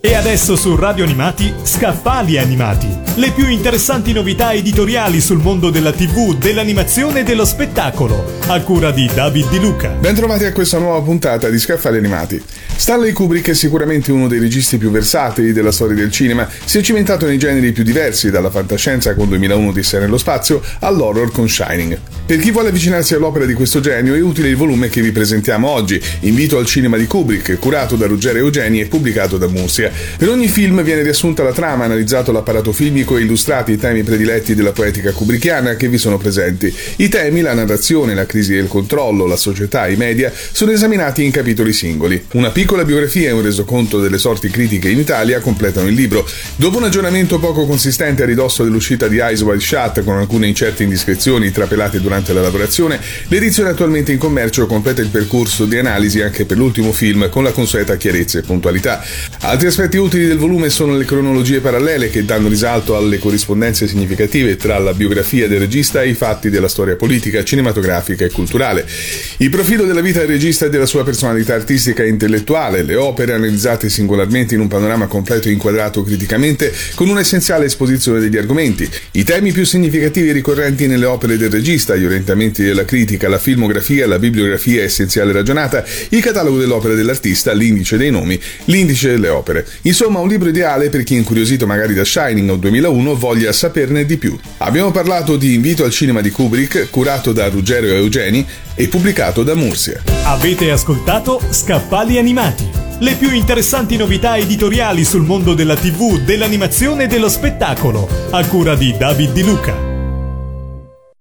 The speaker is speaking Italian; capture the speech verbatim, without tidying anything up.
E adesso su Radio Animati, Scaffali Animati. Le più interessanti novità editoriali sul mondo della tivù, dell'animazione e dello spettacolo, a cura di David Di Luca. Bentrovati a questa nuova puntata di Scaffali Animati. Stanley Kubrick è sicuramente uno dei registi più versatili della storia del cinema. Si è cimentato nei generi più diversi, dalla fantascienza con duemilauno Odissea nello spazio all'horror con Shining. Per chi vuole avvicinarsi all'opera di questo genio è utile il volume che vi presentiamo oggi, Invito al cinema di Kubrick, curato da Ruggero Eugeni e pubblicato da Mursia. Per ogni film viene riassunta la trama, analizzato l'apparato filmico e illustrati i temi prediletti della poetica kubrickiana che vi sono presenti. I temi, la narrazione, la crisi del controllo, la società, i media, sono esaminati in capitoli singoli. Una piccola biografia e un resoconto delle sorti critiche in Italia completano il libro. Dopo un aggiornamento poco consistente a ridosso dell'uscita di Eyes Wide Shut, con alcune incerte indiscrezioni trapelate durante la lavorazione, l'edizione attualmente in commercio completa il percorso di analisi anche per l'ultimo film con la consueta chiarezza e puntualità. Altri aspetti utili del volume sono le cronologie parallele che danno risalto alle corrispondenze significative tra la biografia del regista e i fatti della storia politica, cinematografica e culturale. Il profilo della vita del regista e della sua personalità artistica e intellettuale, le opere analizzate singolarmente in un panorama completo e inquadrato criticamente con un'essenziale esposizione degli argomenti, i temi più significativi e ricorrenti nelle opere del regista, gli orientamenti della critica, la filmografia, la bibliografia essenziale e ragionata, il catalogo dell'opera dell'artista, l'indice dei nomi, l'indice delle opere. Insomma, un libro ideale per chi, incuriosito magari da Shining o duemilauno, voglia saperne di più. Abbiamo parlato di Invito al cinema di Kubrick, curato da Ruggero Eugeni e pubblicato da Mursia. Avete ascoltato Scaffali Animati, le più interessanti novità editoriali sul mondo della tivù, dell'animazione e dello spettacolo, a cura di David Di Luca.